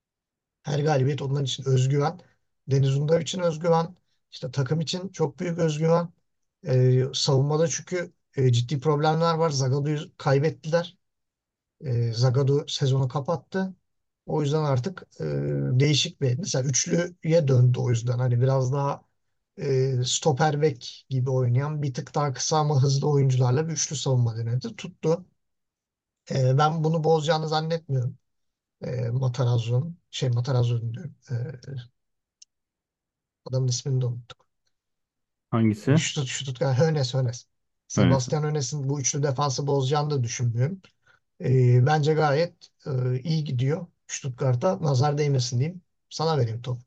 Her galibiyet onlar için özgüven. Deniz Undav için özgüven. İşte takım için çok büyük özgüven. Ee, savunmada çünkü e, ciddi problemler var. Zagadou'yu kaybettiler. E, Zagadou sezonu kapattı. O yüzden artık e, değişik bir mesela üçlüye döndü o yüzden. Hani biraz daha e, stoper bek gibi oynayan bir tık daha kısa ama hızlı oyuncularla bir üçlü savunma denedi. Tuttu. E, ben bunu bozacağını zannetmiyorum. E, Matarazzo'nun şey Matarazzo'nun diyorum. E, adamın ismini de unuttuk. E, Hangisi? Stutt, Stuttgart, Hoeneß, Hoeneß. Öyleyse. Sebastian Hoeneß'in bu üçlü defansı bozacağını da düşünmüyorum. E, bence gayet e, iyi gidiyor. Stuttgart'a nazar değmesin diyeyim. Sana vereyim top.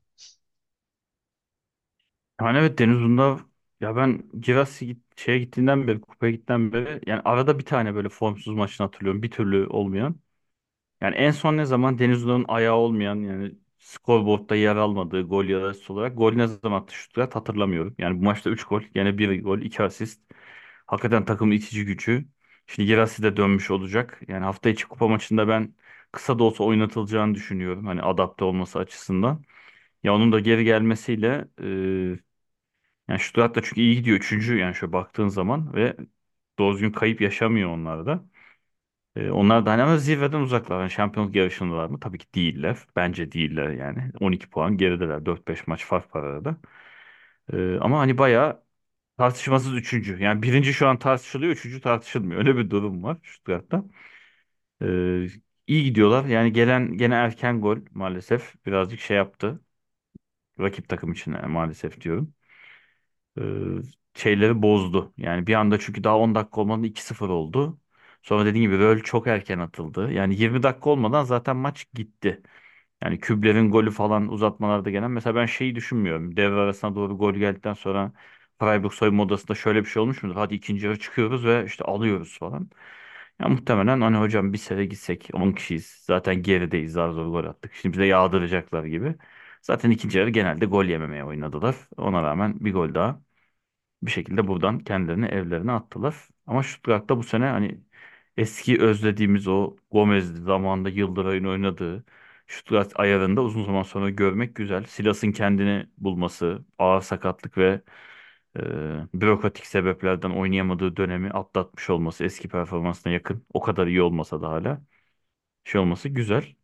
Yani evet, Deniz Ündav, ya ben Girassi git, şeye gittiğinden beri, kupaya gittiğinden beri yani arada bir tane böyle formsuz maçını hatırlıyorum. Bir türlü olmayan. Yani en son ne zaman Deniz Ünal'ın ayağı olmayan, yani skorboardta yer almadığı gol yarısı olarak gol ne zaman attı Stuttgart hatırlamıyorum. Yani bu maçta üç gol, yine bir gol, iki asist. Hakikaten takımın itici gücü. Şimdi Girassi de dönmüş olacak. Yani hafta içi kupa maçında ben kısa da olsa oynatılacağını düşünüyorum. Hani adapte olması açısından. Ya onun da geri gelmesiyle e, yani Stuttgart da çünkü iyi gidiyor. Üçüncü yani şöyle baktığın zaman ve doğru düzgün kayıp yaşamıyor onlar da. E, onlar da hani ama zirveden uzaklar. Yani şampiyonluk yarışındalar mı? Tabii ki değiller. Bence değiller yani. on iki puan gerideler. dört beş maç fark var arada. E, ama hani bayağı tartışmasız üçüncü. Yani birinci şu an tartışılıyor. Üçüncü tartışılmıyor. Öyle bir durum var Stuttgart'ta. Ee, iyi gidiyorlar. Yani gelen gene erken gol maalesef birazcık şey yaptı. Rakip takım için e, maalesef diyorum. Ee, şeyleri bozdu. Yani bir anda çünkü daha on dakika olmadan iki sıfır oldu. Sonra dediğim gibi röl çok erken atıldı. Yani yirmi dakika olmadan zaten maç gitti. Yani Kübler'in golü falan uzatmalarda gelen. Mesela ben şeyi düşünmüyorum. Devre arasına doğru gol geldikten sonra Freiburg soyunma odasında şöyle bir şey olmuş mudur? Hadi ikinci yarı çıkıyoruz ve işte alıyoruz falan. Ya muhtemelen hani hocam bir sene gitsek on kişiyiz. Zaten gerideyiz. Zar zor gol attık. Şimdi bize yağdıracaklar gibi. Zaten ikinci yarı genelde gol yememeye oynadılar. Ona rağmen bir gol daha bir şekilde buradan kendilerini evlerine attılar. Ama Stuttgart'ta bu sene hani eski özlediğimiz o Gomez'li zamanında Yıldıray'ın oynadığı Stuttgart ayarında uzun zaman sonra görmek güzel. Silas'ın kendini bulması, ağır sakatlık ve e, bürokratik sebeplerden oynayamadığı dönemi atlatmış olması, eski performansına yakın, o kadar iyi olmasa da hala şey olması güzel.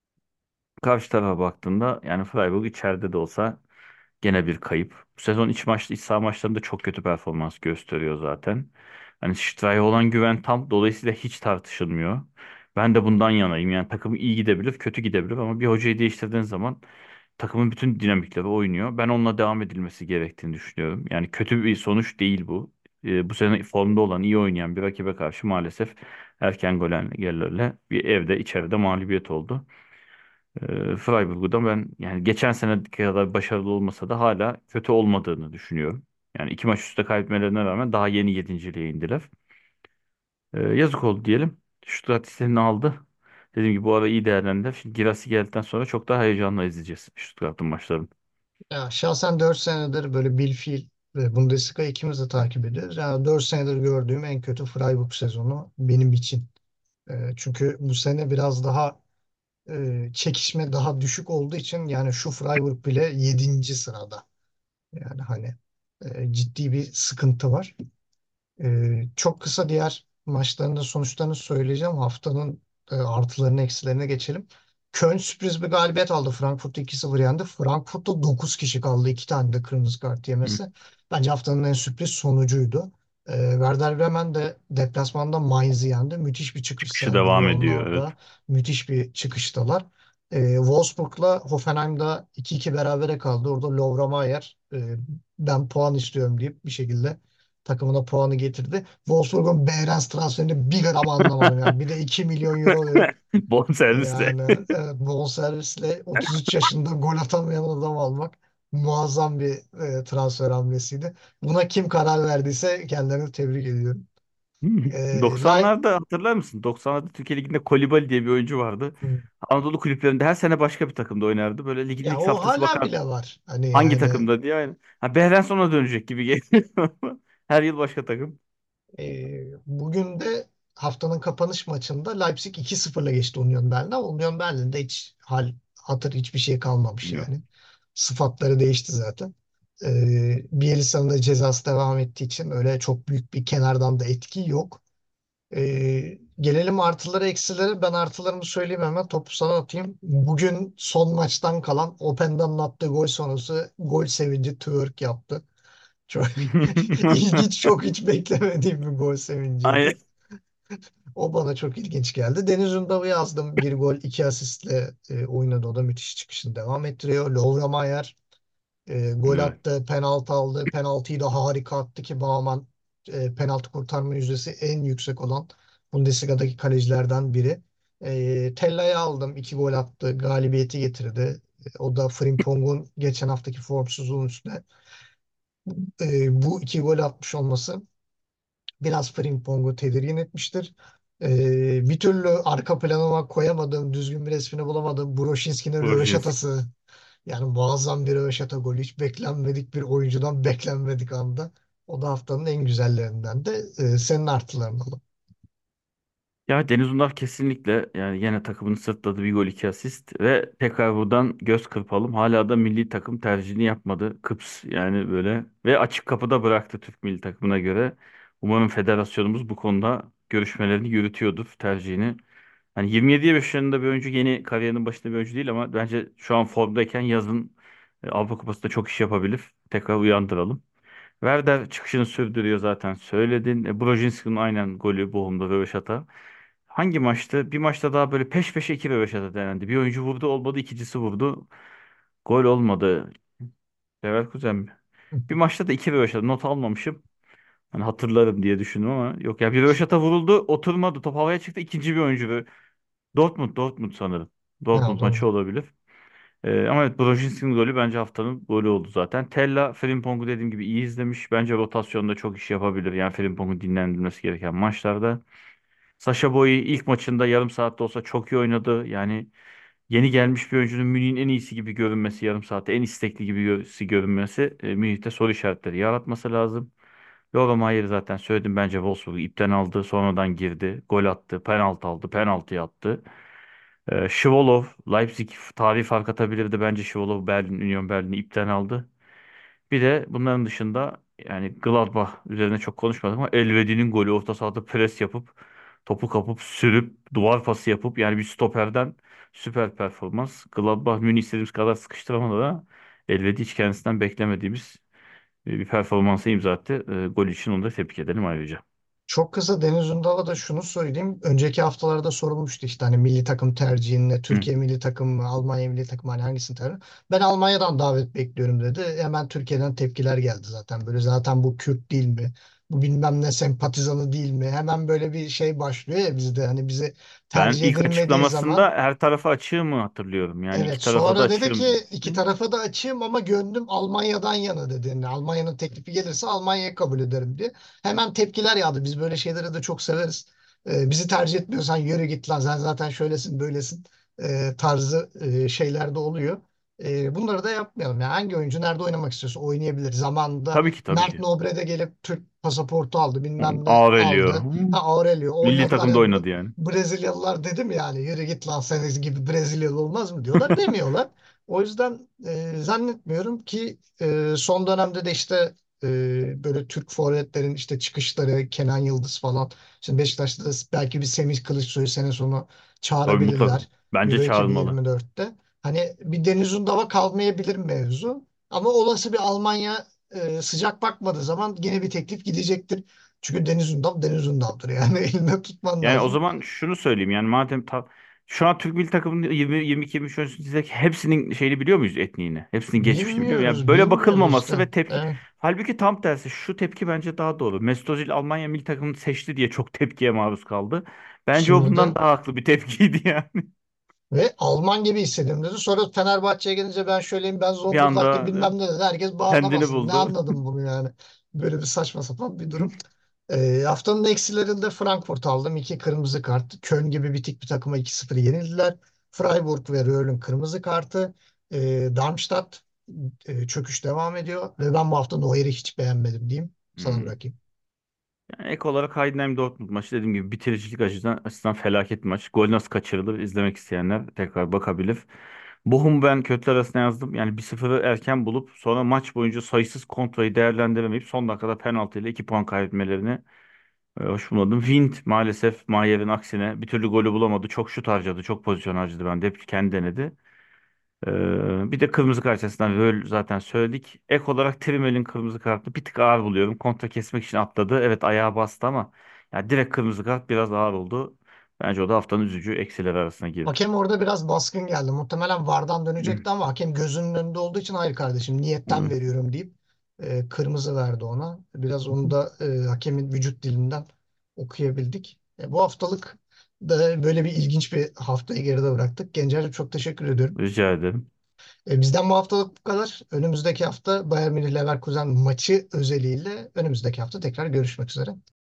Karşı tarafa baktığında yani Freiburg içeride de olsa gene bir kayıp. Bu sezon iç maç, iç saha maçlarında çok kötü performans gösteriyor zaten. Hani Streich'e olan güven tam. Dolayısıyla hiç tartışılmıyor. Ben de bundan yanayım. Yani takım iyi gidebilir, kötü gidebilir ama bir hocayı değiştirdiğin zaman takımın bütün dinamikleri oynuyor. Ben onunla devam edilmesi gerektiğini düşünüyorum. Yani kötü bir sonuç değil bu. Ee, bu sene formda olan, iyi oynayan bir rakibe karşı maalesef erken gollerle bir evde, içeride mağlubiyet oldu. E, Freiburg'u da ben yani geçen sene kadar başarılı olmasa da hala kötü olmadığını düşünüyorum. Yani iki maç üstte kaybetmelerine rağmen daha yeni yedinciliğe indiler. E, yazık oldu diyelim. Stuttgart istediğini aldı. Dediğim gibi bu ara iyi değerlendiler. Şimdi Girassi geldikten sonra çok daha heyecanla izleyeceğiz Stuttgart'ın maçlarını. Ya şahsen dört senedir böyle bilfiil ve Bundesliga ikimiz de takip ediyoruz. Yani dört senedir gördüğüm en kötü Freiburg sezonu benim için. E, çünkü bu sene biraz daha e, çekişme daha düşük olduğu için yani şu Freiburg bile yedinci sırada. Yani hani e, ciddi bir sıkıntı var. Ee, çok kısa diğer maçların da sonuçlarını söyleyeceğim. Haftanın e, artılarını eksilerine geçelim. Köln sürpriz bir galibiyet aldı. Frankfurt'u iki sıfır yendi. Frankfurt'ta dokuz kişi kaldı. iki tane de kırmızı kart Hı. yemesi. Bence haftanın en sürpriz sonucuydu. Ee, Werder Bremen de deplasmanda Mainz'ı yendi. Müthiş bir çıkış Çıkışı sergiliyor devam ediyor. onlar Evet. da. Müthiş bir çıkıştalar. Ee, Wolfsburg'la Hoffenheim'da iki iki berabere kaldı. Orada Lovra Mayer e, ben puan istiyorum deyip bir şekilde takımına puanı getirdi. Wolfsburg'un Behrens transferini bir gram anlamadım yani. Bir de iki milyon euro verip Bonservisle. yani evet, bonservisle otuz üç yaşında gol atamayan adam almak muazzam bir e, transfer hamlesiydi. Buna kim karar verdiyse kendilerini tebrik ediyorum. E, Lay- doksanlarda hatırlar mısın? doksanlarda Türkiye Ligi'nde Kolibali diye bir oyuncu vardı. Anadolu kulüplerinde her sene başka bir takımda oynardı. Böyle ligin ya ilk o haftası hala bakar bile var. Hani hangi yani takımda diye aynı. Ha Behren sonra dönecek gibi geliyor. Her yıl başka takım. e, bugün de haftanın kapanış maçında Leipzig iki sıfırla geçti Union Berlin'e. Union Berlin'de hiç hal hatır hiçbir şey kalmamış Yok. yani. Sıfatları değişti zaten. Ee, Bielitsa'nın da cezası devam ettiği için öyle çok büyük bir kenardan da etki yok. Ee, gelelim artıları eksilere. Ben artılarımı söyleyeyim hemen topu sana atayım. Bugün son maçtan kalan Openda'nın attığı gol sonrası gol sevinci twerk yaptı. Çok ilginç, çok hiç beklemediğim bir gol sevinciydi. Aynen. O bana çok ilginç geldi. Deniz Ündalı yazdım. Bir gol, iki asistle e, oynadı. O da müthiş çıkışını devam ettiriyor. Lovra Mayer e, gol Evet. attı, penaltı aldı. Penaltıyı da harika attı ki Baumann e, penaltı kurtarma yüzdesi en yüksek olan Bundesliga'daki kalecilerden biri. E, Tella'yı aldım. İki gol attı. Galibiyeti getirdi. E, o da Frimpong'un geçen haftaki formsuzluğun üstüne e, bu iki gol atmış olması biraz Frimpong'u tedirgin etmiştir. E, bir türlü arka planıma koyamadığım, düzgün bir resmini bulamadığım Broşinski'nin Brojinski. röveşatası. Yani muazzam bir röveşata golü. Hiç beklenmedik bir oyuncudan beklenmedik anda. O da haftanın en güzellerinden de e, senin artılarını alalım. Ya Deniz Undav kesinlikle yani yine takımını sırtladı bir gol iki asist ve tekrar buradan göz kırpalım. Hala da milli takım tercihini yapmadı. Kıps yani böyle ve açık kapıda bıraktı Türk milli takımına göre. Umarım federasyonumuz bu konuda görüşmelerini yürütüyordur tercihini. Hani yirmi yedi yaşlarında bir oyuncu yeni kariyerinin başında bir oyuncu değil ama bence şu an formdayken yazın e, Avrupa Kupası'nda çok iş yapabilir. Tekrar uyandıralım. Werder çıkışını sürdürüyor zaten söyledin. E, Brojinski'nin aynen golü Bochum'da röveşata. Hangi maçtı? Bir maçta daha böyle peş peşe iki röveşata denendi. Bir oyuncu vurdu, olmadı, ikincisi vurdu. Gol olmadı. Leverkusen mi? Bir maçta da iki röveşata, not almamışım. Hani hatırlarım diye düşündüm ama yok ya, bir röveşata vuruldu, oturmadı, top havaya çıktı, ikinci bir oyuncu. Dortmund Dortmund sanırım. Ha, Dortmund maçı doğru. olabilir. Ee, ama evet, Brozinski'nin golü bence haftanın golü oldu zaten. Tella Frimpong'u dediğim gibi iyi izlemiş. Bence rotasyonda çok iş yapabilir. Yani Frimpong'un dinlendirilmesi gereken maçlarda. Sacha Boey ilk maçında yarım saatte olsa çok iyi oynadı. Yani yeni gelmiş bir oyuncunun Münih'in en iyisi gibi görünmesi, yarım saatte en istekli gibi gö- görünmesi e, Münih'te soru işaretleri yaratması lazım. Lothar Mayer zaten söyledim, bence Wolfsburg'u ipten aldı. Sonradan girdi. Gol attı. Penaltı aldı. Penaltı attı. Ee, Şivolov, Leipzig tarihi fark atabilirdi. Bence Şivolov Berlin, Union Berlin'i ipten aldı. Bir de bunların dışında yani Gladbach üzerine çok konuşmadım ama Elvedi'nin golü, orta sahada pres yapıp topu kapıp sürüp duvar pası yapıp, yani bir stoperden süper performans. Gladbach Münih istediğimiz kadar sıkıştıramadı da Elvedi hiç kendisinden beklemediğimiz e, bir performansa imza attı. E, gol için onu da tebrik edelim ayrıca. Çok kısa Deniz Ünal'a da şunu söyleyeyim. Önceki haftalarda sorulmuştu işte hani milli takım tercihin ne? Hı. Türkiye milli takım mı? Almanya milli takım mı? Hani hangisini tercih? Ben Almanya'dan davet bekliyorum dedi. Hemen Türkiye'den tepkiler geldi zaten. Böyle zaten bu Kürt değil mi? Bu bilmem ne sempatizanı değil mi? Hemen böyle bir şey başlıyor ya bizde. Hani bize Ben tercih ilk edilmediği zaman açıklamasında her tarafa açığımı hatırlıyorum. Yani iki evet, tarafa da sonra dedi ki açığım iki demişti. tarafa da açayım ama gönlüm Almanya'dan yana dedi. Yani Almanya'nın teklifi gelirse Almanya'yı kabul ederim diye. Hemen tepkiler yağdı. Biz böyle şeyleri de çok severiz. Ee, bizi tercih etmiyorsan yürü git lan, sen zaten şöylesin böylesin e, tarzı e, şeyler de oluyor. E, bunları da yapmayalım. Yani hangi oyuncu nerede oynamak istiyorsa oynayabilir. Zamanında Tabii ki, tabii Mert ki. Nobre de gelip Türk pasaportu aldı, bilmem ne Aurelio. aldı. Hı. Ha, Aurelio Milli oynadılar takımda ya. oynadı yani. Brezilyalılar dedim yani yürü git lan, senin gibi Brezilyalı olmaz mı diyorlar, demiyorlar. O yüzden e, zannetmiyorum ki e, son dönemde de işte e, böyle Türk forvetlerin işte çıkışları, Kenan Yıldız falan. Şimdi Beşiktaş'ta da belki bir Semih Kılıçsoy'u sene sonu Tabii, mutlaka. çağırabilirler Bence Euro çağrılmalı. iki bin yirmi dörtte. Hani bir Deniz Undav'a kalmayabilir mevzu. Ama olası bir Almanya e, sıcak bakmadığı zaman yine bir teklif gidecektir. Çünkü Deniz Undav Deniz Undav'dır yani eline tutman Yani o lazım. zaman şunu söyleyeyim, yani madem ta- şu an Türk milli takımının yirmi yirmi iki yirmi üç oyuncusu dizek, hepsinin şeyini biliyor muyuz, etniğini? Hepsinin geçmişini biliyor muyuz? Yani Bilmiyoruz, böyle bilmiyoruz bakılmaması işte. ve tepki. Evet. Halbuki tam tersi, şu tepki bence daha doğru. Mesut Özil Almanya milli takımını seçti diye çok tepkiye maruz kaldı. Bence o Şimdi bundan de daha haklı bir tepkiydi yani. ve Alman gibi hissediyorum dedi. Sonra Fenerbahçe'ye gelince ben şöyleyim, ben Bir Zonguldaklı anda bilmem ne dedi. Herkes bağrına kendini bastı. Ne buldu. anladım bunu yani. Böyle bir saçma sapan bir durum. Ee, haftanın eksilerinde Frankfurt aldım. İki kırmızı kart. Köln gibi bitik bir takıma iki sıfır yenildiler. Freiburg ve Röhl'ün kırmızı kartı. Ee, Darmstadt e, çöküş devam ediyor. Ve ben bu hafta Neuer'i hiç beğenmedim diyeyim. Sana Hmm. bırakayım. Yani ek olarak Heidenheim Dortmund maçı, dediğim gibi bitiricilik açısından, açısından felaket bir maç. Gol nasıl kaçırılır izlemek isteyenler tekrar bakabilir. Bochum ben kötüler arasına yazdım. Yani bir sıfırı erken bulup sonra maç boyunca sayısız kontrayı değerlendiremeyip son dakikada penaltıyla iki puan kaybetmelerini e, hoş bulmadım. Wind maalesef Mayer'in aksine bir türlü golü bulamadı. Çok şut harcadı, çok pozisyon harcadı, ben de hep kendi denedi. Ee, bir de kırmızı kart açısından rol zaten söyledik. Ek olarak Trimmell'in kırmızı kartı bir tık ağır buluyorum. Kontra kesmek için atladı. Evet, ayağa bastı ama ya direkt kırmızı kart biraz ağır oldu. Bence o da haftanın üzücü eksileri arasına girdi. Hakem orada biraz baskın geldi. Muhtemelen VAR'dan Hı, dönecekti ama hakem gözünün önünde olduğu için hayır kardeşim niyetten hı. veriyorum deyip e, kırmızı verdi ona. Biraz onu da e, hakemin vücut dilinden okuyabildik. E, bu haftalık da böyle bir ilginç bir haftayı geride bıraktık. Gencer'cim çok teşekkür ediyorum. Rica ederim. E, bizden bu haftalık bu kadar. Önümüzdeki hafta Bayern Münih Leverkusen maçı özeliyle önümüzdeki hafta tekrar görüşmek üzere.